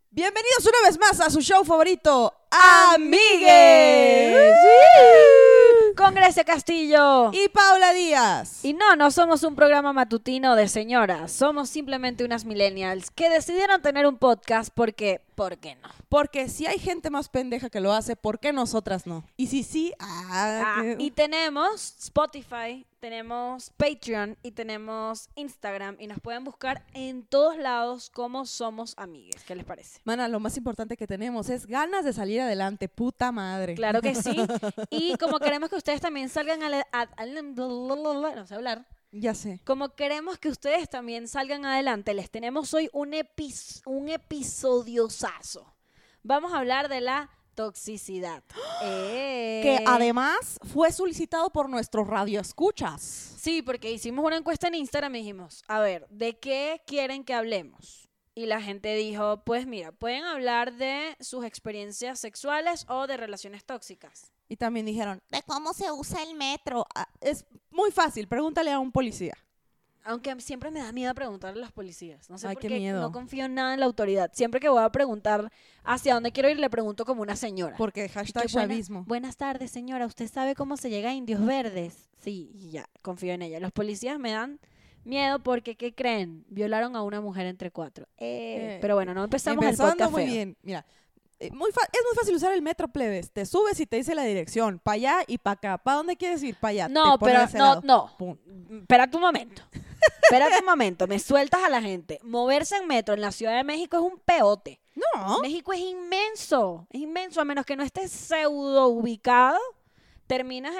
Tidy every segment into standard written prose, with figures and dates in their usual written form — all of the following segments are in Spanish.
Bienvenidos una vez más a su show favorito, ¡Amigues! Con Grecia Castillo. y Paula Díaz. Y no somos un programa matutino de señoras. Somos simplemente unas millennials que decidieron tener un podcast porque, ¿por qué no? Porque si hay gente más pendeja que lo hace, ¿por qué nosotras no? Y si sí, Y tenemos Spotify, tenemos Patreon y tenemos Instagram. Y nos pueden buscar en todos lados como Somos Amigues. ¿Qué les parece? Mana, lo más importante que tenemos es ganas de salir adelante, puta madre. Claro que sí. Y como queremos que ustedes también salgan no sé hablar. Ya sé. Como queremos que ustedes también salgan adelante, les tenemos hoy un episodiosazo. Vamos a hablar de la toxicidad. Que además fue solicitado por nuestros radioescuchas. Sí, porque hicimos una encuesta en Instagram y dijimos, a ver, ¿de qué quieren que hablemos? Y la gente dijo, pues mira, pueden hablar de sus experiencias sexuales o de relaciones tóxicas. Y también dijeron, ¿de cómo se usa el metro? Es muy fácil, pregúntale a un policía. Aunque siempre me da miedo preguntarle a los policías. No sé Ay, por qué qué miedo. no confío en nada en la autoridad. Siempre que voy a preguntar hacia dónde quiero ir, le pregunto como una señora. Porque Y hashtag que, chavismo. Buenas tardes, señora. ¿Usted sabe cómo se llega a Indios Verdes? Sí, y ya, confío en ella. Los policías me dan miedo porque, ¿qué creen? Violaron a una mujer entre 4. Pero bueno, no empezamos el Empezando podcast muy feo. bien. Mira, es muy fácil usar el metro, plebes. Te subes y te dice la dirección. Para allá y para acá. ¿Para dónde quieres ir? Para allá. No, Te pone pero de ese lado. no. Pum. Espérate un momento. Espérate un momento. Me sueltas a la gente. Moverse en metro en la Ciudad de México es un peote. No. México es inmenso, a menos que no estés pseudo ubicado, terminas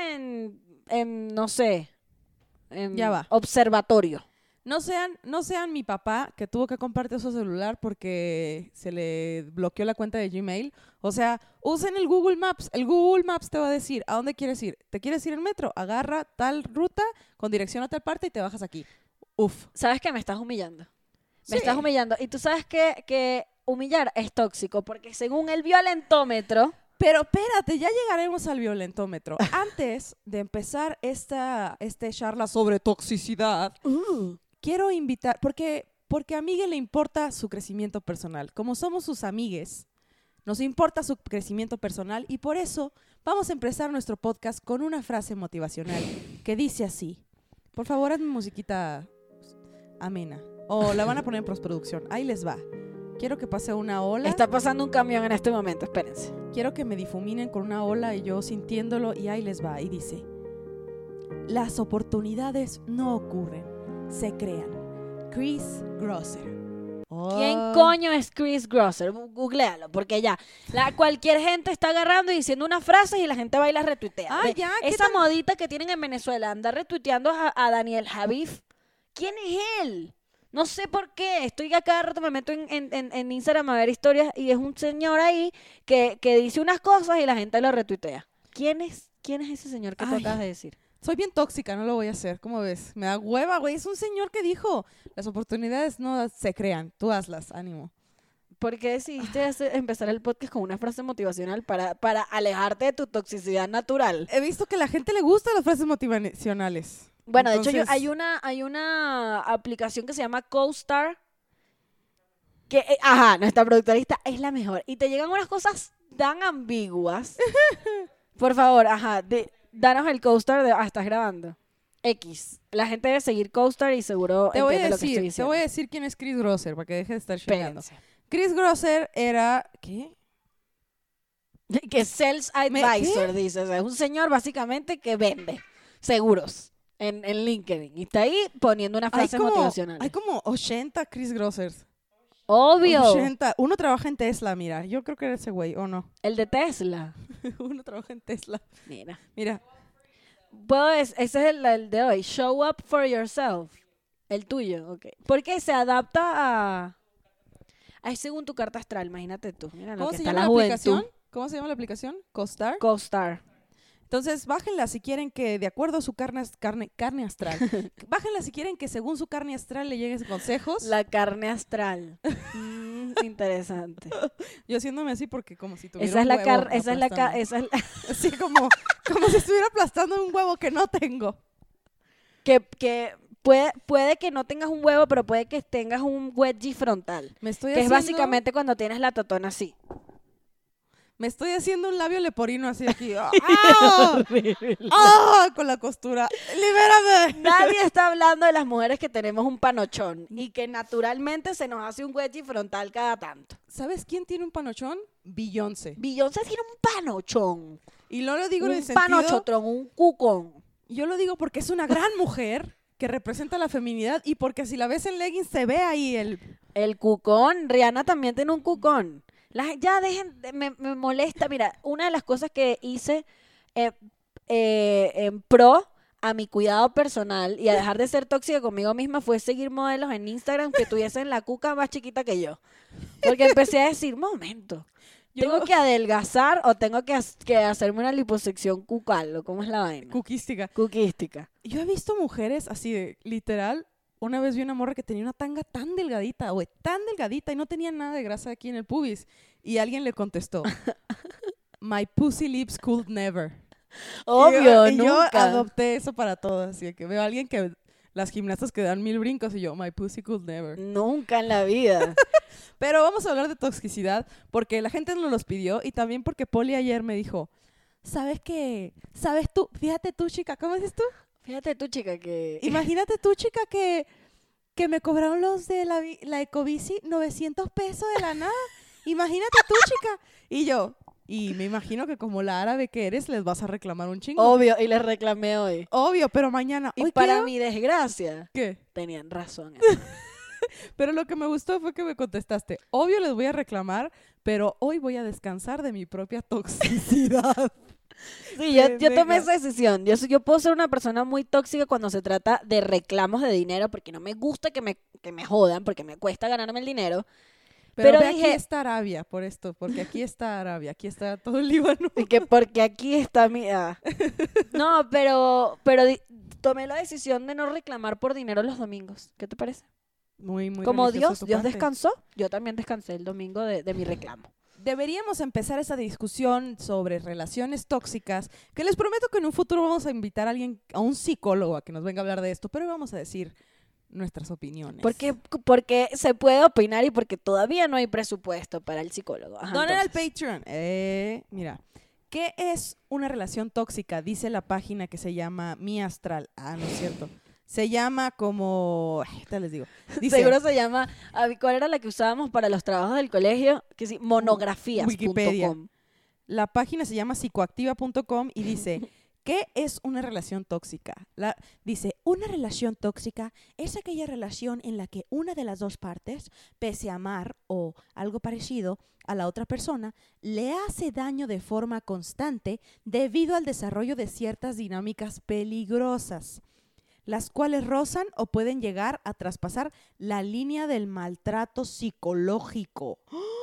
en no sé, en Ya va. observatorio. No sean mi papá que tuvo que compartir su celular porque se le bloqueó la cuenta de Gmail. O sea, usen el Google Maps. El Google Maps te va a decir a dónde quieres ir. ¿Te quieres ir en metro? Agarra tal ruta con dirección a tal parte y te bajas aquí. Uf. ¿Sabes que me estás humillando? Sí. Me estás humillando. Y tú sabes que humillar es tóxico, porque según el violentómetro, Pero espérate, ya llegaremos al violentómetro. Antes de empezar esta charla sobre toxicidad, quiero invitar, porque a Miguel le importa su crecimiento personal. Como somos sus amigues, nos importa su crecimiento personal y por eso vamos a empezar nuestro podcast con una frase motivacional que dice así. Por favor, hazme musiquita amena. O la van a poner en postproducción. Ahí les va. Quiero que pase una ola. está pasando un camión en este momento, espérense. Quiero que me difuminen con una ola y yo sintiéndolo y ahí les va. Y dice, las oportunidades no ocurren, se crean. Chris Grosser. ¿Quién coño es Chris Grosser? Googlealo, porque ya, cualquier gente está agarrando y diciendo unas frases y la gente va y las retuitea. Ah, Ve, ya, ¿qué esa tal? modita que tienen en Venezuela, andar retuiteando a Daniel Javif. ¿Quién es él? No sé por qué. Estoy a cada rato me meto en Instagram a ver historias y es un señor ahí que dice unas cosas y la gente lo retuitea. ¿Quién es ese señor que tú Ay. acabas de decir? Soy bien tóxica, no lo voy a hacer. ¿Cómo ves? Me da hueva, güey. Es un señor que dijo, las oportunidades no se crean, tú hazlas, ánimo. ¿Por qué decidiste empezar el podcast con una frase motivacional para alejarte de tu toxicidad natural? He visto que a la gente le gustan las frases motivacionales. Bueno, de hecho Entonces, hay una aplicación que se llama CoStar que, nuestra productorista es la mejor. Y te llegan unas cosas tan ambiguas. Por favor, danos el CoStar estás grabando. X. La gente debe seguir CoStar y seguro te voy entiende a lo que estoy decir, te diciendo. voy a decir quién es Chris Grosser para que deje de estar chingando. Espérense. Chris Grosser era, ¿qué? Que Sales Advisor, dice. O sea, es un señor básicamente que vende seguros en LinkedIn. Y está ahí poniendo una frase motivacional. Hay como 80 Chris Grossers. Obvio. 80. Uno trabaja en Tesla, mira. Yo creo que era ese güey, ¿o no? El de Tesla. Uno trabaja en Tesla. Mira. Mira. Ese es el de hoy. Show up for yourself. El tuyo, ok. Porque se adapta a según tu carta astral, imagínate tú. Mira lo ¿Cómo que se está llama la la juventud. aplicación? ¿Cómo se llama la aplicación? ¿CoStar? CoStar. Entonces, bájenla si quieren que, de acuerdo a su carne astral, bájenla si quieren que según su carne astral le lleguen consejos. La carne astral. Interesante. Yo haciéndome así porque como si tuviera Esa es un la huevo carne, esa es la aplastando. Así como si estuviera aplastando un huevo que no tengo. que puede que no tengas un huevo, pero puede que tengas un wedgie frontal. Me estoy Que es haciendo, básicamente cuando tienes la totona así. me estoy haciendo un labio leporino así aquí. ¡Ah! ¡Ah! Con la costura. ¡Libérame! Nadie está hablando de las mujeres que tenemos un panochón y que naturalmente se nos hace un wedgie frontal cada tanto. ¿Sabes quién tiene un panochón? Beyoncé. Beyoncé tiene un panochón. Y no lo digo en el Un sentido... panochotrón, un cucón. Yo lo digo porque es una gran mujer que representa la feminidad y porque si la ves en leggings se ve ahí el... El cucón. Rihanna también tiene un cucón. Ya dejen, me molesta. Mira, una de las cosas que hice en pro a mi cuidado personal y a dejar de ser tóxica conmigo misma fue seguir modelos en Instagram que tuviesen la cuca más chiquita que yo. Porque empecé a decir, momento, ¿tengo que adelgazar o tengo que hacerme una liposección cucal? ¿O cómo es la vaina? Cuquística. Cuquística. Yo he visto mujeres así de, literal, una vez vi una morra que tenía una tanga tan delgadita, güey, tan delgadita y no tenía nada de grasa aquí en el pubis. Y alguien le contestó, my pussy lips could never. Obvio, y yo nunca. adopté eso para todas. Así que veo a alguien que, las gimnastas que dan 1000 brincos y yo, my pussy could never. Nunca en la vida. Pero vamos a hablar de toxicidad porque la gente nos los pidió y también porque Poli ayer me dijo, ¿sabes qué? ¿Sabes tú? Fíjate tú, chica, ¿cómo dices tú? Fíjate tú, chica, que... Imagínate tú, chica, que me cobraron los de la Ecobici 900 pesos de la nada. Imagínate tú, chica. Y yo, y me imagino que como la árabe que eres, les vas a reclamar un chingo. Obvio, y les reclamé hoy. Obvio, pero mañana. Y ¿hoy para quiero? mi desgracia, ¿Qué? tenían razón. Pero lo que me gustó fue que me contestaste, obvio les voy a reclamar, pero hoy voy a descansar de mi propia toxicidad. Sí, yo tomé Pendeja. esa decisión. Yo puedo ser una persona muy tóxica cuando se trata de reclamos de dinero, porque no me gusta que me jodan, porque me cuesta ganarme el dinero. Pero Pero ve, dije- aquí está Arabia, por esto, porque aquí está Arabia, aquí está todo el Líbano. Y que porque aquí está mi... No, pero tomé la decisión de no reclamar por dinero los domingos. ¿Qué te parece? Muy, muy Como religioso Dios de tu parte. descansó, yo también descansé el domingo de mi reclamo. Deberíamos empezar esa discusión sobre relaciones tóxicas, que les prometo que en un futuro vamos a invitar a alguien, a un psicólogo a que nos venga a hablar de esto, pero hoy vamos a decir nuestras opiniones. Porque se puede opinar y porque todavía no hay presupuesto para el psicólogo. Ajá, Donen al entonces. Patreon. Mira, ¿qué es una relación tóxica? Dice la página que se llama Mi Astral. Ah, no es cierto. Se llama como... ahorita les digo. Dice, Seguro se llama... ¿Cuál era la que usábamos para los trabajos del colegio? Que sí, monografías.com. Wikipedia. La página se llama psicoactiva.com y dice, ¿qué es una relación tóxica? Dice, una relación tóxica es aquella relación en la que una de las dos partes, pese a amar o algo parecido a la otra persona, le hace daño de forma constante debido al desarrollo de ciertas dinámicas peligrosas, las cuales rozan o pueden llegar a traspasar la línea del maltrato psicológico.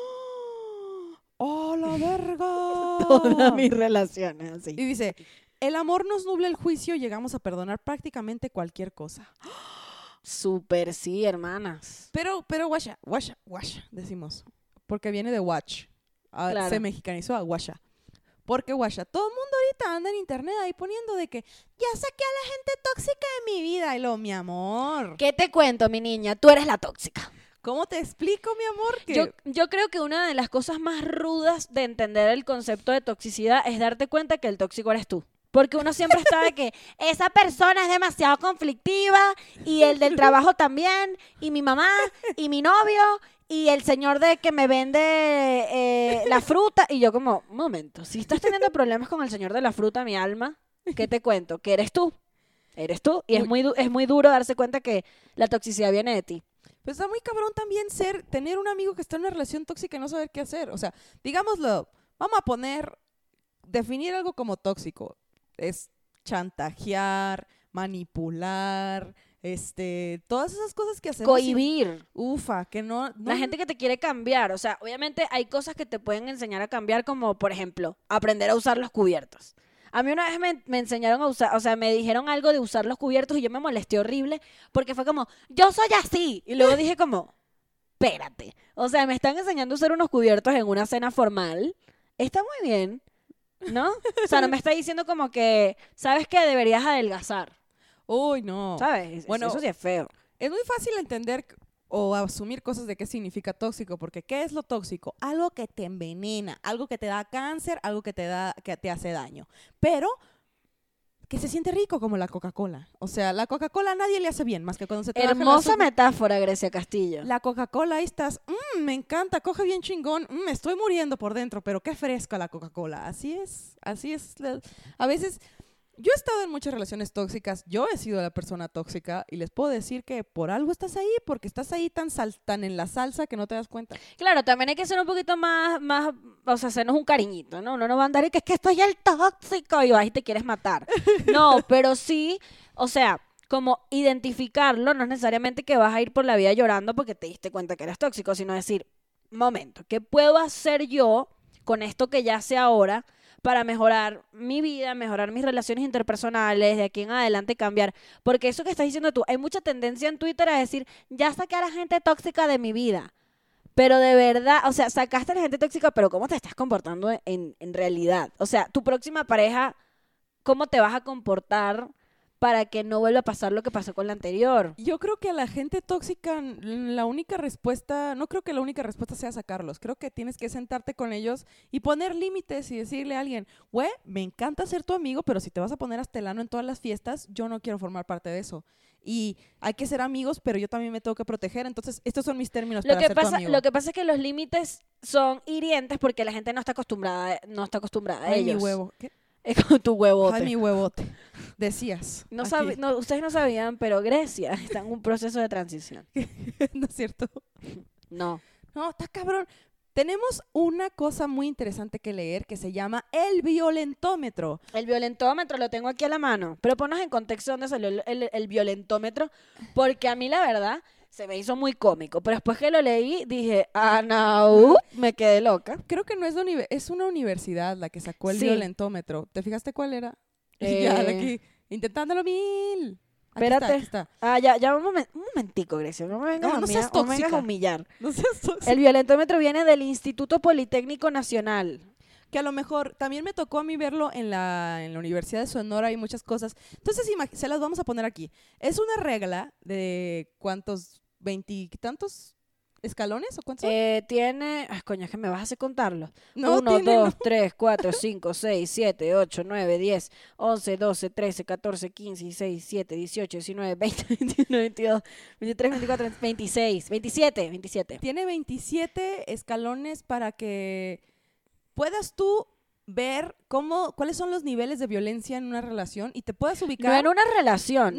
¡Oh, la verga! Todas mis relaciones, así. Y dice, el amor nos nubla el juicio, llegamos a perdonar prácticamente cualquier cosa. Súper sí, hermanas. Pero guasha, decimos. Porque viene de watch. Claro. Se mexicanizó a guasha. Porque guasha, todo el mundo ahorita anda en internet ahí poniendo de que ya saqué a la gente tóxica de mi vida. Y lo, mi amor. ¿Qué te cuento, mi niña? Tú eres la tóxica. ¿Cómo te explico, mi amor? Que Yo creo que una de las cosas más rudas de entender el concepto de toxicidad es darte cuenta que el tóxico eres tú. Porque uno siempre está de que esa persona es demasiado conflictiva y el del trabajo también, y mi mamá, y mi novio, y el señor de que me vende la fruta. Y yo como, un momento, si estás teniendo problemas con el señor de la fruta, mi alma, ¿qué te cuento? Que eres tú. Eres tú. Y es muy duro darse cuenta que la toxicidad viene de ti. pues está muy cabrón también tener un amigo que está en una relación tóxica y no saber qué hacer. O sea, digámoslo, vamos a definir algo como tóxico. Es chantajear, manipular, todas esas cosas que hacemos. Cohibir. Ufa, que no... La gente que te quiere cambiar. O sea, obviamente hay cosas que te pueden enseñar a cambiar, como, por ejemplo, aprender a usar los cubiertos. A mí una vez me enseñaron a usar, o sea, me dijeron algo de usar los cubiertos y yo me molesté horrible porque fue como, yo soy así. Y luego dije como, espérate. O sea, me están enseñando a usar unos cubiertos en una cena formal. Está muy bien, ¿no? O sea, no me está diciendo como que, ¿sabes qué? Deberías adelgazar. Uy, no. ¿Sabes? Bueno, Eso sí es feo. es muy fácil entender o asumir cosas de qué significa tóxico, porque ¿qué es lo tóxico? Algo que te envenena, algo que te da cáncer, algo que te hace daño. Pero que se siente rico como la Coca-Cola. O sea, la Coca-Cola a nadie le hace bien, más que cuando se te baja el Hermosa azúcar. metáfora, Grecia Castillo. La Coca-Cola, ahí estás, me encanta, coge bien chingón, me estoy muriendo por dentro, pero qué fresca la Coca-Cola. Así es, así es. A veces, yo he estado en muchas relaciones tóxicas, yo he sido la persona tóxica y les puedo decir que por algo estás ahí, porque estás ahí tan en la salsa que no te das cuenta. Claro, también hay que ser un poquito más, o sea, hacernos un cariñito, ¿no? Uno no va a andar y que es que estoy el tóxico y vas y te quieres matar. No, pero sí, o sea, como identificarlo, no es necesariamente que vas a ir por la vida llorando porque te diste cuenta que eres tóxico, sino decir, momento, ¿qué puedo hacer yo con esto que ya sé ahora para mejorar mi vida, mejorar mis relaciones interpersonales, de aquí en adelante cambiar? Porque eso que estás diciendo tú, hay mucha tendencia en Twitter a decir, ya saqué a la gente tóxica de mi vida. Pero de verdad, o sea, sacaste a la gente tóxica, pero ¿cómo te estás comportando en realidad? O sea, tu próxima pareja, ¿cómo te vas a comportar para que no vuelva a pasar lo que pasó con la anterior? Yo creo que a la gente tóxica, la única respuesta, no creo que la única respuesta sea sacarlos. Creo que tienes que sentarte con ellos y poner límites y decirle a alguien, güey, me encanta ser tu amigo, pero si te vas a poner hasta el ano en todas las fiestas, yo no quiero formar parte de eso. Y hay que ser amigos, pero yo también me tengo que proteger. Entonces, estos son mis términos para ser tu amigo. Lo que pasa es que los límites son hirientes porque la gente no está acostumbrada a Ay, mi ellos. huevo. ¿Qué? Es con tu huevote. Ay, mi huevote. Decías. No, aquí. no, ustedes no sabían, pero Grecia está en un proceso de transición. ¿No es cierto? No. No, está cabrón. Tenemos una cosa muy interesante que leer que se llama el violentómetro. El violentómetro lo tengo aquí a la mano. Pero ponnos en contexto dónde salió el violentómetro, porque a mí la verdad se me hizo muy cómico. Pero después que lo leí dije, no, me quedé loca. Creo que no es es una universidad la que sacó el Sí. violentómetro. ¿Te fijaste cuál era? Eh, Ya, de aquí, intentándolo mil. Aquí Espérate. Aquí está. Ya un momentico, Grecia. No me vengas, No, no seas no me vengas a tóxica. humillar. No seas tóxica. El violentómetro viene del Instituto Politécnico Nacional. Que a lo mejor también me tocó a mí verlo en la Universidad de Sonora y muchas cosas. Entonces, se las vamos a poner aquí. Es una regla de ¿cuántos? ¿20 y tantos escalones o cuántos son? Tiene... Ay, coño, es que me vas a hacer contarlo. No, 1, tiene, 2, 3, 4, 5, 6, 7, 8, 9, 10, 11, 12, 13, 14, 15, 16, 17, 18, 19, 20, 21, 22, 23, 24, 26, 27. Tiene 27 escalones para que puedas tú ver cuáles son los niveles de violencia en una relación y te puedas ubicar. No en una relación. No,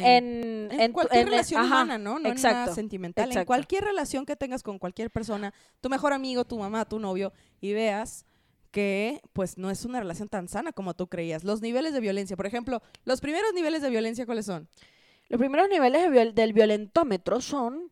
en cualquier tu- relación ajá, humana, ¿no? No exacto, en una sentimental. En exacto. cualquier relación que tengas con cualquier persona, tu mejor amigo, tu mamá, tu novio, y veas que pues no es una relación tan sana como tú creías. Los niveles de violencia, por ejemplo, los primeros niveles de violencia, ¿cuáles son? Los primeros niveles del violentómetro son...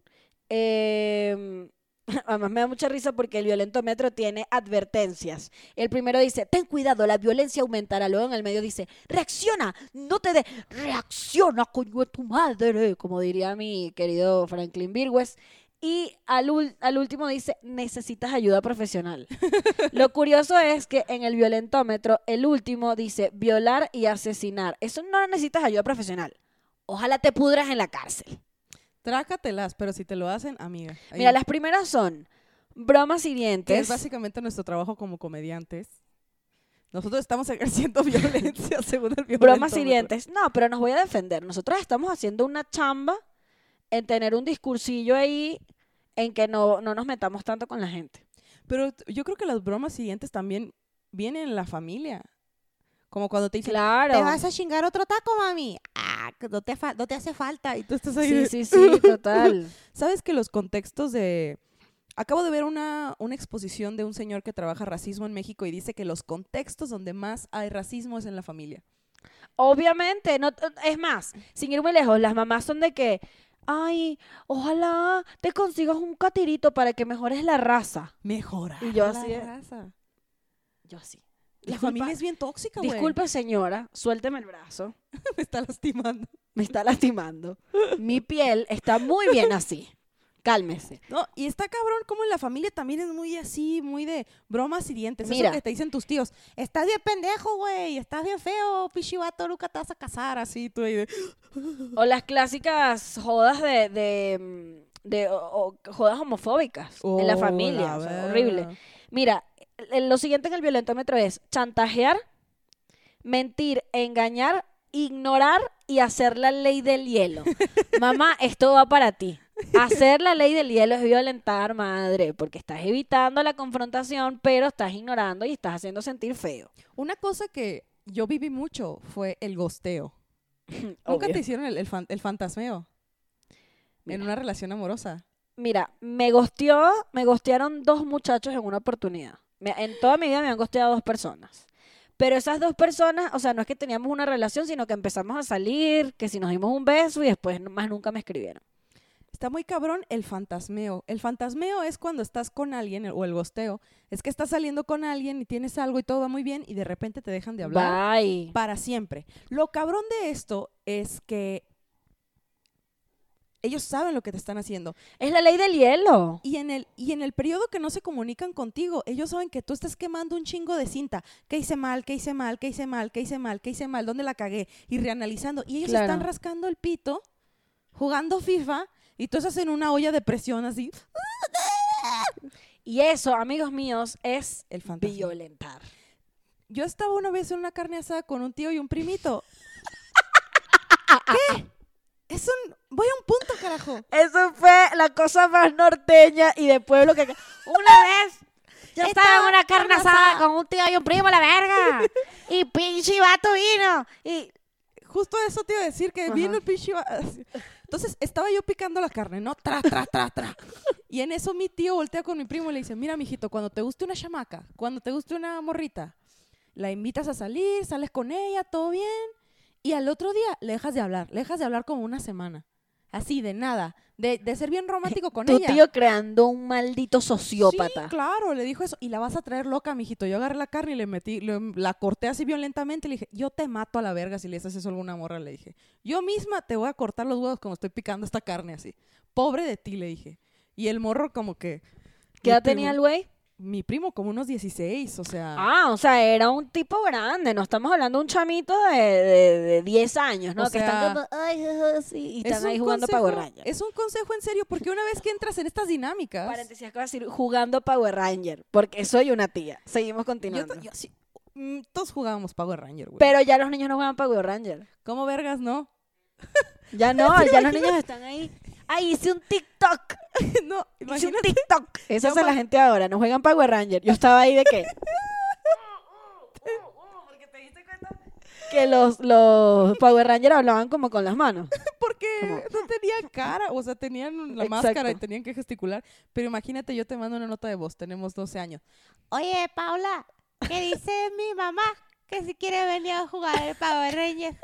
Además me da mucha risa porque el violentómetro tiene advertencias. El primero dice, ten cuidado, la violencia aumentará. Luego en el medio dice, reacciona, no te reacciona, coño de tu madre, como diría mi querido Franklin Virgües. Y al último dice, necesitas ayuda profesional. Lo curioso es que en el violentómetro, el último dice, violar y asesinar. Eso no necesitas ayuda profesional. Ojalá te pudras en la cárcel. Trácatelas, pero si te lo hacen, amiga. Ahí. Mira, las primeras son bromas Que hirientes. es básicamente nuestro trabajo como comediantes. Nosotros estamos ejerciendo violencia según el violentómetro. Bromas hirientes. No, pero nos voy a defender. Nosotros estamos haciendo una chamba en tener un discursillo ahí en que no nos metamos tanto con la gente. Pero yo creo que las bromas hirientes también vienen en la familia. Como cuando te dicen, Claro. ¿te vas a chingar otro taco, mami? Ah, que no te hace falta. Y tú estás ahí. Sí, total. ¿Sabes que los contextos de... Acabo de ver una exposición de un señor que trabaja racismo en México y dice que los contextos donde más hay racismo es en la familia. Obviamente, no, es más, sin ir muy lejos, las mamás son de que, ay, ojalá te consigas un catirito para que mejores la raza. Mejorar Y yo la así de- raza. Yo sí. La Disculpa- familia es bien tóxica, güey. Disculpe, señora, suélteme el brazo. Me está lastimando. Me está lastimando. Mi piel está muy bien así. cálmese. No, y está cabrón como en la familia también es muy así, muy de bromas hirientes. Mira. Eso que te dicen tus tíos, estás bien pendejo, güey, estás bien feo, pichivato, nunca te vas a casar, así, tú ahí de... O las clásicas jodas jodas homofóbicas en la familia. la O sea, verga. horrible. Mira, lo siguiente en el violentómetro es chantajear, mentir, engañar, ignorar y hacer la ley del hielo. Mamá, esto va para ti. Hacer la ley del hielo es violentar, madre, porque estás evitando la confrontación, pero estás ignorando y estás haciendo sentir feo. Una cosa que yo viví mucho fue el gosteo. ¿Nunca Obvio. te hicieron el fantasmeo en Mira. una relación amorosa? Mira, me gostearon 2 muchachos en una oportunidad. En toda mi vida me han gosteado 2 personas. Pero esas 2 personas, o sea, no es que teníamos una relación, sino que empezamos a salir, que si nos dimos un beso y después más nunca me escribieron. Está muy cabrón el fantasmeo. El fantasmeo es cuando estás con alguien, o el gosteo, es que estás saliendo con alguien y tienes algo y todo va muy bien y de repente te dejan de hablar Bye. para siempre. Lo cabrón de esto es que ellos saben lo que te están haciendo. Es la ley del hielo. Y en el periodo que no se comunican contigo, ellos saben que tú estás quemando un chingo de cinta. ¿Qué hice mal? ¿Qué hice mal? ¿Qué hice mal? ¿Qué hice mal? ¿Qué hice mal? ¿Dónde la cagué? Y reanalizando. Y ellos Claro. están rascando el pito, jugando FIFA, y tú estás en una olla de presión así. Y eso, amigos míos, es El fantasma. violentar. Yo estaba una vez en una carne asada con un tío y un primito. ¿Qué? Voy a un punto, carajo. Eso fue la cosa más norteña y de pueblo que... Una vez yo estaba en una carne asada con un tío y un primo, la verga. Y pinche vato vino. Y Justo eso te iba a decir, que Ajá. vino el pinche... Entonces, estaba yo picando la carne, ¿no? Tra, tra, tra, tra. Y en eso mi tío voltea con mi primo y le dice, mira, mijito, cuando te guste una chamaca, cuando te guste una morrita, la invitas a salir, sales con ella, todo bien, y al otro día le dejas de hablar como una semana. Así, de nada. De ser bien romántico con tu ella. tío creando un maldito sociópata. Sí, claro, le dijo eso. Y la vas a traer loca, mijito. Yo agarré la carne y la corté así violentamente y le dije, yo te mato a la verga si le haces eso a alguna morra, le dije. Yo misma te voy a cortar los huevos como estoy picando esta carne así. Pobre de ti, le dije. Y el morro como que... ¿Qué edad tenía el güey? Mi primo como unos 16, o sea... Ah, o sea, era un tipo grande. No estamos hablando de un chamito de 10 años, ¿no? O que sea, están como, ay, sí, y es están ahí un jugando consejo- Power Ranger. Es un consejo en serio, porque una vez que entras en estas dinámicas... Paréntesis, acabo de decir jugando Power Ranger, porque soy una tía. Seguimos yo, continuando. yo sí, todos jugábamos Power Ranger, güey. Pero ya los niños no juegan Power Ranger. ¿Cómo vergas, no? Ya no, ya los niños están ahí. Ay, hice un TikTok. No, Hice un imagínate. TikTok. Eso Yo hace la gente ahora, no juegan Power Ranger. Yo estaba ahí de qué. Porque te diste cuenta que los Power Rangers hablaban como con las manos. Porque Como- no tenían cara, o sea, tenían la Exacto. máscara y tenían que gesticular. Pero imagínate, yo te mando una nota de voz, tenemos 12 años. Oye, Paula, ¿qué dice mi mamá? Que si quiere venir a jugar el Power Ranger.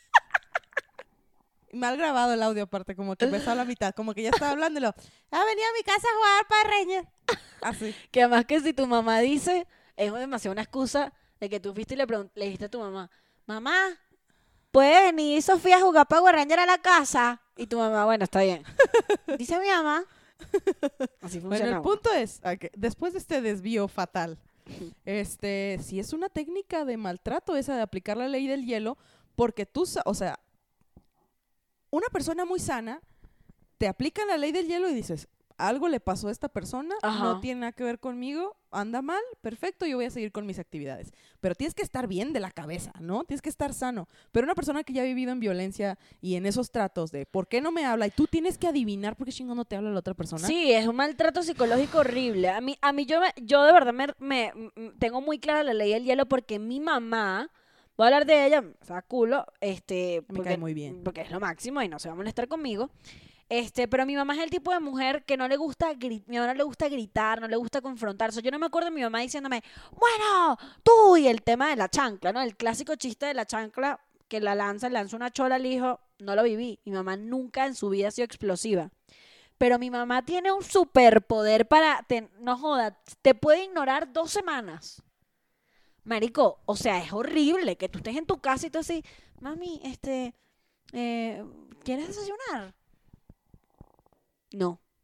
Mal grabado el audio aparte, como que empezó a la mitad, como que ya estaba hablando y lo, venía a mi casa a jugar Power Ranger. Así. Que además que si tu mamá dice, es demasiado una excusa de que tú fuiste y le dijiste a tu mamá, mamá, ¿puede venir Sofía a jugar Power Ranger a la casa? Y tu mamá, bueno, está bien. Dice mi mamá. Así Bueno, funciona. el punto es, que después de este desvío fatal, si es una técnica de maltrato esa de aplicar la ley del hielo, porque tú, o sea, una persona muy sana te aplica la ley del hielo y dices, algo le pasó a esta persona, Ajá. no tiene nada que ver conmigo, anda mal, perfecto, yo voy a seguir con mis actividades. Pero tienes que estar bien de la cabeza, ¿no? Tienes que estar sano. Pero una persona que ya ha vivido en violencia y en esos tratos de ¿por qué no me habla? Y tú tienes que adivinar por qué chingón no te habla la otra persona. Sí, es un maltrato psicológico horrible. A mí yo de verdad tengo muy clara la ley del hielo porque mi mamá, voy a hablar de ella, o sea, culo, Me cae muy bien. porque es lo máximo y no se va a molestar conmigo. Pero mi mamá es el tipo de mujer que no le gusta mi mamá no le gusta gritar, no le gusta confrontarse. Yo no me acuerdo de mi mamá diciéndome, bueno, tú, y el tema de la chancla, ¿no? El clásico chiste de la chancla que le lanza una chola al hijo, no lo viví. Mi mamá nunca en su vida ha sido explosiva. Pero mi mamá tiene un superpoder no joda, te puede ignorar 2 semanas. Marico, o sea, es horrible que tú estés en tu casa y tú así, mami, ¿quieres desayunar? No,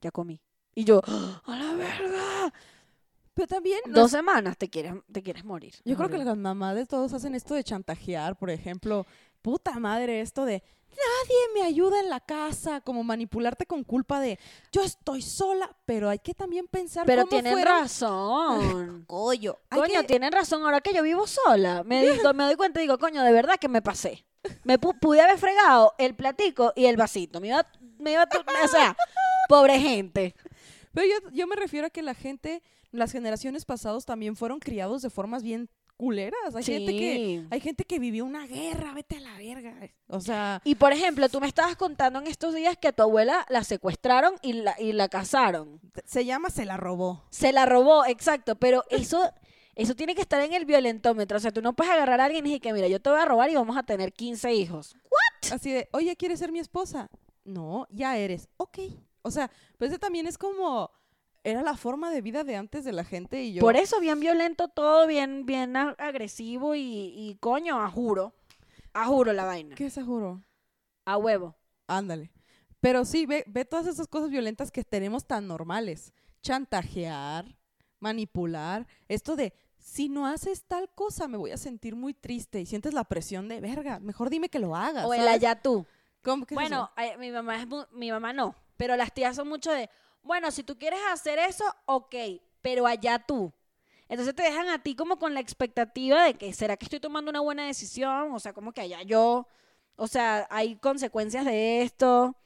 ya comí. Y yo, ¡a la verga! Pero también... 2 semanas te quieres morir. Yo creo que las mamás de todos hacen esto de chantajear, por ejemplo. Puta madre, esto de... Nadie me ayuda en la casa, como manipularte con culpa de yo estoy sola, pero hay que también pensar Pero cómo tienen fueron... razón. Coño, Coño, tienen razón. Ahora que yo vivo sola, me doy cuenta y digo, coño, de verdad que me pasé. Pude haber fregado el platico y el vasito. O sea, pobre gente. Pero yo me refiero a que la gente, las generaciones pasadas también fueron criados de formas bien culeras. Hay gente que vivió una guerra, vete a la verga. O sea... Y por ejemplo, tú me estabas contando en estos días que a tu abuela la secuestraron y la casaron. Se la robó. Se la robó, exacto, pero eso tiene que estar en el violentómetro. O sea, tú no puedes agarrar a alguien y decir que, mira, yo te voy a robar y vamos a tener 15 hijos. Así de, oye, ¿quieres ser mi esposa? No, ya eres. Ok. O sea, pues ese también es como... Era la forma de vida de antes de la gente y yo... Por eso, bien violento todo, bien agresivo y coño, a juro la vaina. ¿Qué es a juro? A huevo. Ándale. Pero sí, ve todas esas cosas violentas que tenemos tan normales. Chantajear, manipular, esto de, si no haces tal cosa me voy a sentir muy triste y sientes la presión de, verga, mejor dime que lo hagas. O el ¿sabes? allá tú. ¿Cómo que es Bueno, mi mamá no, pero las tías son mucho de, bueno, si tú quieres hacer eso, ok, pero allá tú. Entonces te dejan a ti como con la expectativa de que, ¿será que estoy tomando una buena decisión? O sea, como que allá yo, o sea, hay consecuencias de esto.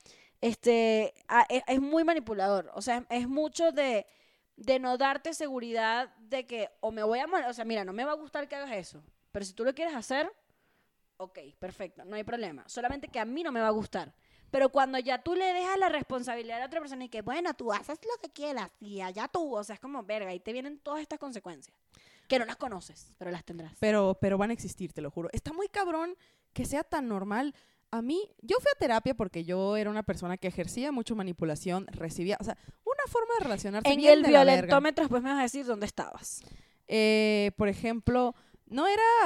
Es muy manipulador. O sea, es mucho de no darte seguridad de que o me voy a morir, o sea, mira, no me va a gustar que hagas eso, pero si tú lo quieres hacer, ok, perfecto, no hay problema. Solamente que a mí no me va a gustar. Pero cuando ya tú le dejas la responsabilidad a la otra persona y que, bueno, tú haces lo que quieras y allá tú, o sea, es como, verga, y te vienen todas estas consecuencias. Que no las conoces, pero las tendrás. Pero van a existir, te lo juro. Está muy cabrón que sea tan normal. A mí, yo fui a terapia porque yo era una persona que ejercía mucho manipulación, recibía, o sea, una forma de relacionarse En bien el de la verga. violentómetro después me vas a decir dónde estabas. Por ejemplo, no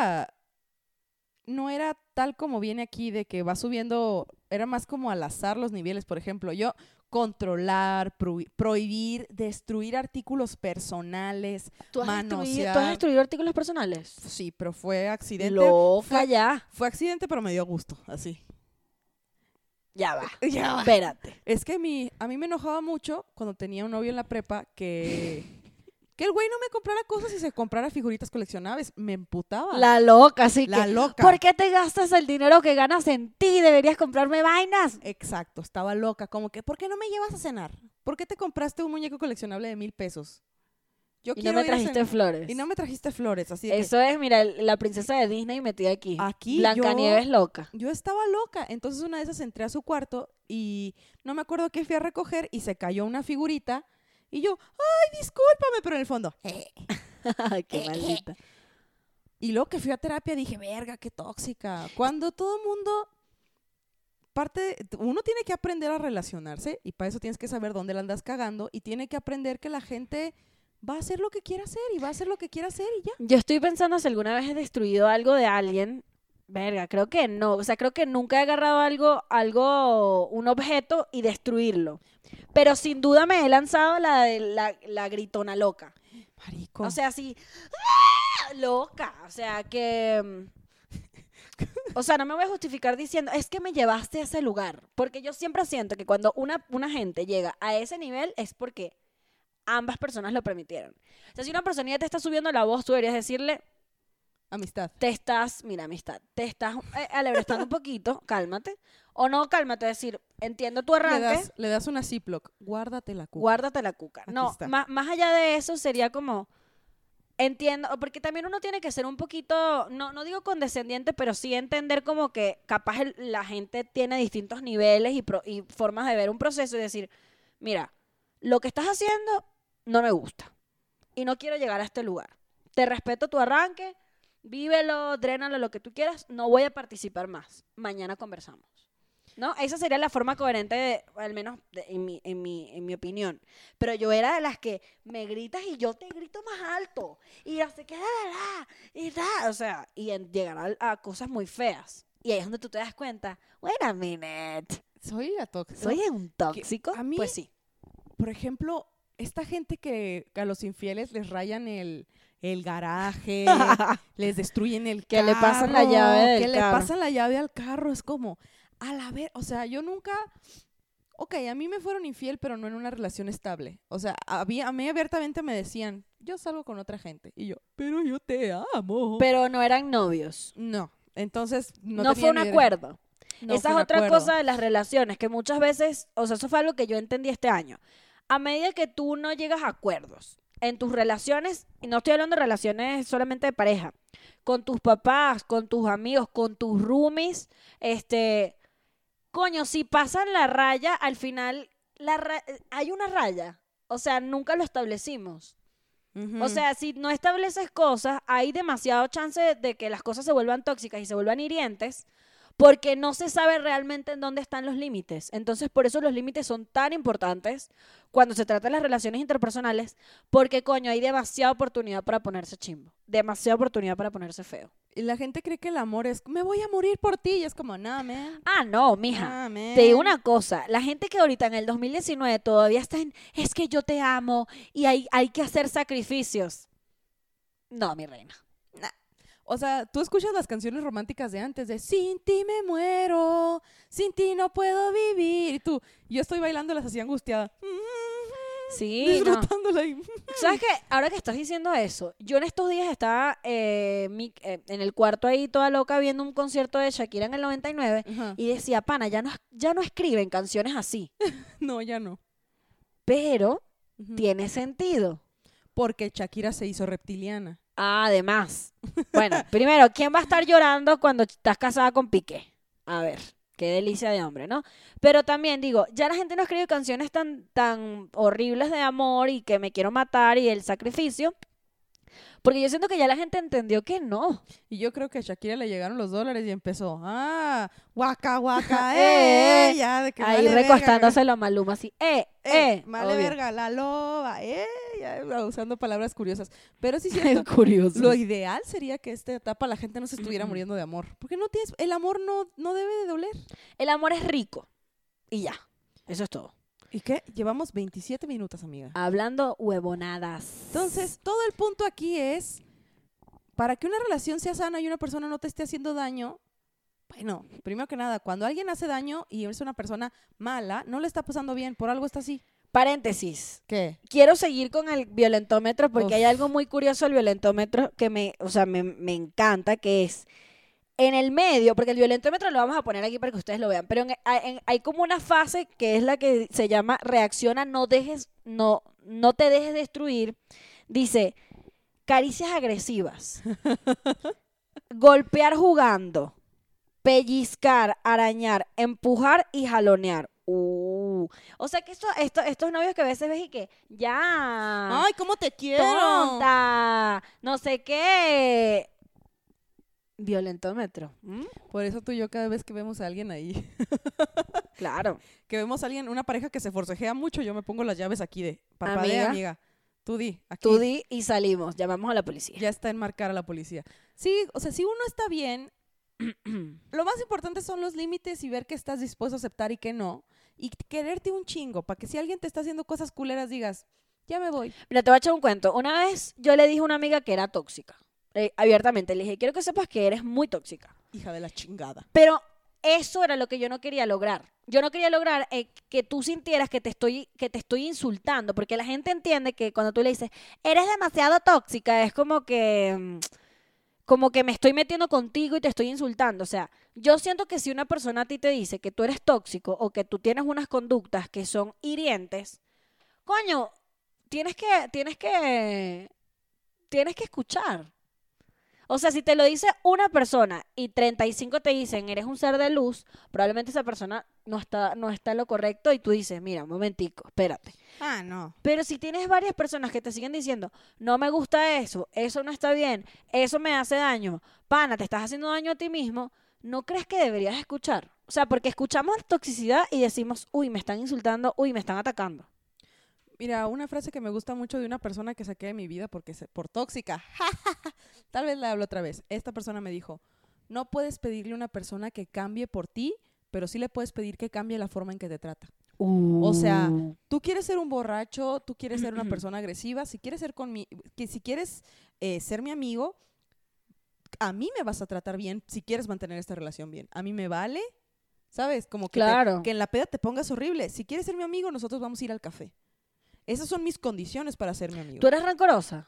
era tal como viene aquí de que va subiendo, era más como al azar los niveles. Por ejemplo, yo controlar, prohibir, destruir artículos personales, ¿Tú has manosear. destruido artículos personales? Sí, pero fue accidente. Loca ya. Fue accidente, pero me dio gusto, así. Ya va. Ya va. Espérate. Es que a mí me enojaba mucho cuando tenía un novio en la prepa que el güey no me comprara cosas y se comprara figuritas coleccionables. Me emputaba. La loca, sí. La loca. ¿Por qué te gastas el dinero que ganas en ti? Deberías comprarme vainas. Exacto, estaba loca. Como que, ¿por qué no me llevas a cenar? ¿Por qué te compraste un muñeco coleccionable de 1,000 pesos? Yo Y no quiero me ir a trajiste cenar. flores. Y no me trajiste flores, así de Eso es, mira, la princesa de Disney metida aquí. Aquí Blancanieves loca. yo estaba loca. Entonces una de esas entré a su cuarto y no me acuerdo qué fui a recoger y se cayó una figurita. Y yo, ay, discúlpame, pero en el fondo. Qué maldita. Y luego que fui a terapia dije, verga, qué tóxica. Cuando todo el mundo uno tiene que aprender a relacionarse y para eso tienes que saber dónde la andas cagando y tiene que aprender que la gente va a hacer lo que quiera hacer y va a hacer lo que quiera hacer y ya. Yo estoy pensando si alguna vez he destruido algo de alguien. Verga, creo que no. O sea, creo que nunca he agarrado un objeto y destruirlo. Pero sin duda me he lanzado la de la gritona loca. Marico. O sea, así, ¡ah! Loca. O sea, que... O sea, no me voy a justificar diciendo, es que me llevaste a ese lugar. Porque yo siempre siento que cuando una gente llega a ese nivel es porque ambas personas lo permitieron. O sea, si una persona ya te está subiendo la voz, tú deberías decirle... Amistad. Amistad, te estás alebrestando un poquito, cálmate. O no, cálmate, decir, entiendo tu arranque. Le das una Ziploc, guárdate la cuca. Guárdate la cuca. Aquí No, está. más allá de eso sería como, entiendo, porque también uno tiene que ser un poquito, no digo condescendiente, pero sí entender como que capaz la gente tiene distintos niveles y formas de ver un proceso y decir, mira, lo que estás haciendo no me gusta y no quiero llegar a este lugar. Te respeto tu arranque, vívelo, drénalo, lo que tú quieras, no voy a participar más. Mañana conversamos. ¿No? Esa sería la forma coherente, al menos en mi opinión. Pero yo era de las que me gritas y yo te grito más alto. Y así que, y da. O sea, llegar a cosas muy feas. Y ahí es donde tú te das cuenta, wait a minute. Soy la tóxica. ¿Soy un tóxico? A mí, pues sí. por ejemplo, esta gente que a los infieles les rayan el garaje, les destruyen el Que carro. le pasan la llave del que le carro. pasan la llave al carro. Es como, a la vez, o sea, yo nunca... Ok, a mí me fueron infiel, pero no en una relación estable. O sea, a mí abiertamente me decían, yo salgo con otra gente. Y yo, pero yo te amo. Pero no eran novios. No, entonces no No tenía fue un ni idea. acuerdo. No Esa fue es un otra acuerdo. cosa de las relaciones, que muchas veces, o sea, eso fue algo que yo entendí este año. A medida que tú no llegas a acuerdos en tus relaciones, y no estoy hablando de relaciones solamente de pareja, con tus papás, con tus amigos, con tus roomies, coño, si pasan la raya, al final hay una raya. O sea, nunca lo establecimos. Ujú. O sea, si no estableces cosas, hay demasiado chance de que las cosas se vuelvan tóxicas y se vuelvan hirientes porque no se sabe realmente en dónde están los límites. Entonces, por eso los límites son tan importantes cuando se trata de las relaciones interpersonales, porque, coño, hay demasiada oportunidad para ponerse chimbo, demasiada oportunidad para ponerse feo. Y la gente cree que el amor es, me voy a morir por ti. Y es como, nah, man. Ah, no, mija. Nah, man. Te digo una cosa, la gente que ahorita en el 2019 todavía está en, es que yo te amo y hay que hacer sacrificios. No, mi reina. O sea, tú escuchas las canciones románticas de antes, de sin ti me muero, sin ti no puedo vivir. Y tú, yo estoy bailándolas así angustiada. Sí, no. Disfrutándola. Y... ¿Sabes qué? Ahora que estás diciendo eso, yo en estos días estaba en el cuarto ahí toda loca viendo un concierto de Shakira en el 99 Ajá. y decía, pana, ya no escriben canciones así, No, ya no. pero Ujú. tiene sentido. Porque Shakira se hizo reptiliana. Además, bueno, primero, ¿quién va a estar llorando cuando estás casada con Piqué? A ver, qué delicia de hombre, ¿no? Pero también digo, ya la gente no escribe canciones tan horribles de amor y que me quiero matar y el sacrificio, porque yo siento que ya la gente entendió que no. Y yo creo que a Shakira le llegaron los dólares y empezó, guaca, guaca, ya, de que Ahí vale recostándose la Maluma así, vale obvio. verga, la loba, ya, usando palabras curiosas. Pero sí siento, Curioso. lo ideal sería que esta etapa la gente no se estuviera muriendo de amor. Porque el amor no debe de doler. El amor es rico y ya, eso es todo. ¿Y qué? Llevamos 27 minutos, amiga. Hablando huevonadas. Entonces, todo el punto aquí es, para que una relación sea sana y una persona no te esté haciendo daño, bueno, primero que nada, cuando alguien hace daño y es una persona mala, no le está pasando bien, por algo está así. Paréntesis. ¿Qué? Quiero seguir con el violentómetro porque Uf. hay algo muy curioso del violentómetro que me encanta, que es en el medio, porque el violentómetro lo vamos a poner aquí para que ustedes lo vean, pero hay como una fase que es la que se llama reacciona, no te dejes destruir. Dice, caricias agresivas, golpear jugando, pellizcar, arañar, empujar y jalonear. O sea que estos novios que a veces ves y que ya, ¡Ay, cómo te quiero! tonta, no sé qué. Violentómetro. Por eso tú y yo cada vez que vemos a alguien ahí, Claro. que vemos a alguien, una pareja que se forcejea mucho, yo me pongo las llaves aquí de parpadea, amiga. Tú di, aquí. Tú di y salimos. Llamamos a la policía. Ya está en marcar a la policía. Sí, o sea, si uno está bien, lo más importante son los límites y ver qué estás dispuesto a aceptar y qué no. Y quererte un chingo, para que si alguien te está haciendo cosas culeras digas, ya me voy. Mira, te voy a echar un cuento. Una vez yo le dije a una amiga que era tóxica. Abiertamente. Le dije, quiero que sepas que eres muy tóxica. Hija de la chingada. Pero eso era lo que yo no quería lograr. Yo no quería lograr que tú sintieras que te estoy insultando, porque la gente entiende que cuando tú le dices, eres demasiado tóxica, es como que me estoy metiendo contigo y te estoy insultando. O sea, yo siento que si una persona a ti te dice que tú eres tóxico o que tú tienes unas conductas que son hirientes, coño, tienes que escuchar. O sea, si te lo dice una persona y 35 te dicen, eres un ser de luz, probablemente esa persona no está en lo correcto y tú dices, mira, un momentico, espérate. No. Pero si tienes varias personas que te siguen diciendo, no me gusta eso no está bien, eso me hace daño, pana, te estás haciendo daño a ti mismo, ¿no crees que deberías escuchar? O sea, porque escuchamos toxicidad y decimos, uy, me están insultando, uy, me están atacando. Mira, una frase que me gusta mucho de una persona que saqué de mi vida por tóxica. Tal vez la hablo otra vez. Esta persona me dijo, no puedes pedirle a una persona que cambie por ti, pero sí le puedes pedir que cambie la forma en que te trata. O sea, tú quieres ser un borracho, tú quieres ser una persona agresiva, si quieres ser si quieres ser mi amigo, a mí me vas a tratar bien si quieres mantener esta relación bien. A mí me vale, ¿sabes? Como que, Claro. que en la peda te pongas horrible. Si quieres ser mi amigo, nosotros vamos a ir al café. Esas son mis condiciones para ser mi amigo. ¿Tú eres rencorosa?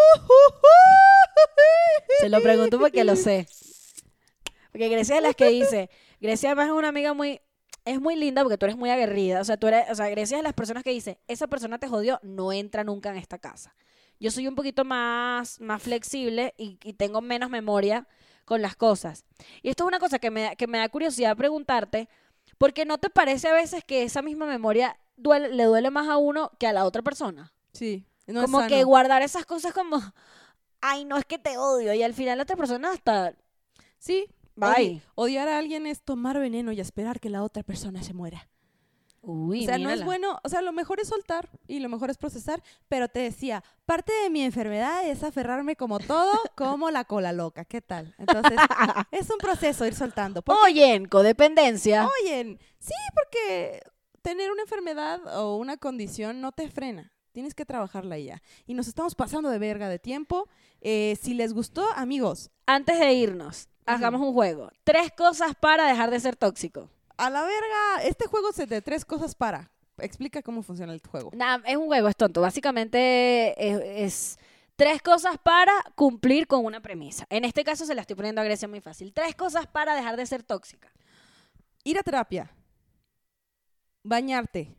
Se lo pregunto porque lo sé. Porque Grecia es las que dice. Grecia además es una amiga es muy linda porque tú eres muy aguerrida. O sea, Grecia es de las personas que dice, esa persona te jodió, no entra nunca en esta casa. Yo soy un poquito más flexible y tengo menos memoria con las cosas. Y esto es una cosa que me da curiosidad preguntarte, porque ¿no te parece a veces que esa misma memoria le duele más a uno que a la otra persona? Sí, no Como es que sano. guardar esas cosas como, ay, no es que te odio. Y al final la otra persona hasta, Sí, bye. odiar a alguien es tomar veneno y esperar que la otra persona se muera. Uy, O sea, no es mírala. bueno, o sea, lo mejor es soltar y lo mejor es procesar, pero te decía, parte de mi enfermedad es aferrarme como todo, como la cola loca, ¿qué tal? Entonces, es un proceso ir soltando. Porque, Oye, codependencia. oye, sí, porque tener una enfermedad o una condición no te frena. Tienes que trabajarla ya. Y nos estamos pasando de verga de tiempo. Si les gustó, amigos, Antes de irnos, hagamos un juego. 3 cosas para dejar de ser tóxico. a la verga, este juego es de 3 cosas para. Explica cómo funciona el juego. Nada, es un juego, es tonto. Básicamente es 3 cosas para cumplir con una premisa. En este caso se la estoy poniendo a Grecia muy fácil. 3 cosas para dejar de ser tóxica. Ir a terapia. Bañarte.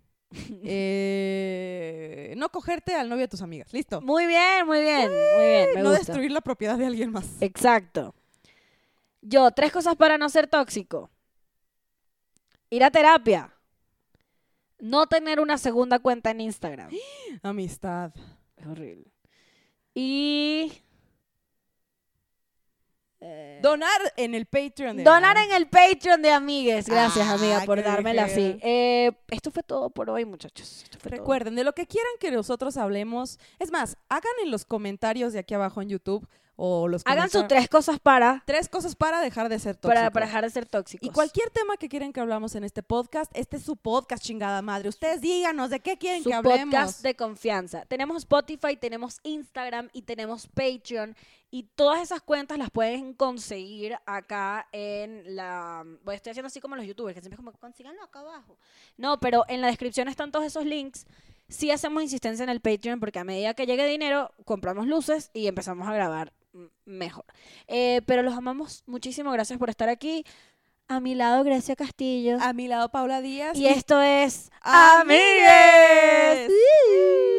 No cogerte al novio de tus amigas. Listo. Muy bien, muy bien, muy bien. Me No gusta. destruir la propiedad de alguien más. Exacto. Yo, 3 cosas para no ser tóxico. Ir a terapia. No tener una segunda cuenta en Instagram. Amistad. Es horrible. Y... Donar en el Patreon. donar en el Patreon de Amigues. Gracias, amiga, por qué dármela así. ligero. Esto fue todo por hoy, muchachos. Esto fue todo. Recuerden, de lo que quieran que nosotros hablemos. Es más, hagan en los comentarios de aquí abajo en YouTube o los Hagan sus comentarios. 3 cosas para 3 cosas para dejar de ser tóxico. para dejar de ser tóxicos. Y cualquier tema que quieran que hablamos en este podcast, este es su podcast, chingada madre. Ustedes díganos de qué quieren su que hablemos. podcast de confianza. Tenemos Spotify, tenemos Instagram y tenemos Patreon. Y todas esas cuentas las pueden conseguir acá en la... Bueno, estoy haciendo así como los youtubers, que siempre es como, consíganlo acá abajo. No, pero en la descripción están todos esos links. Sí hacemos insistencia en el Patreon porque a medida que llegue dinero, compramos luces y empezamos a grabar mejor. Pero los amamos muchísimo. Gracias por estar aquí. A mi lado, Grecia Castillo. A mi lado, Paula Díaz. Y esto es... ¡Amigues! ¡Amigues!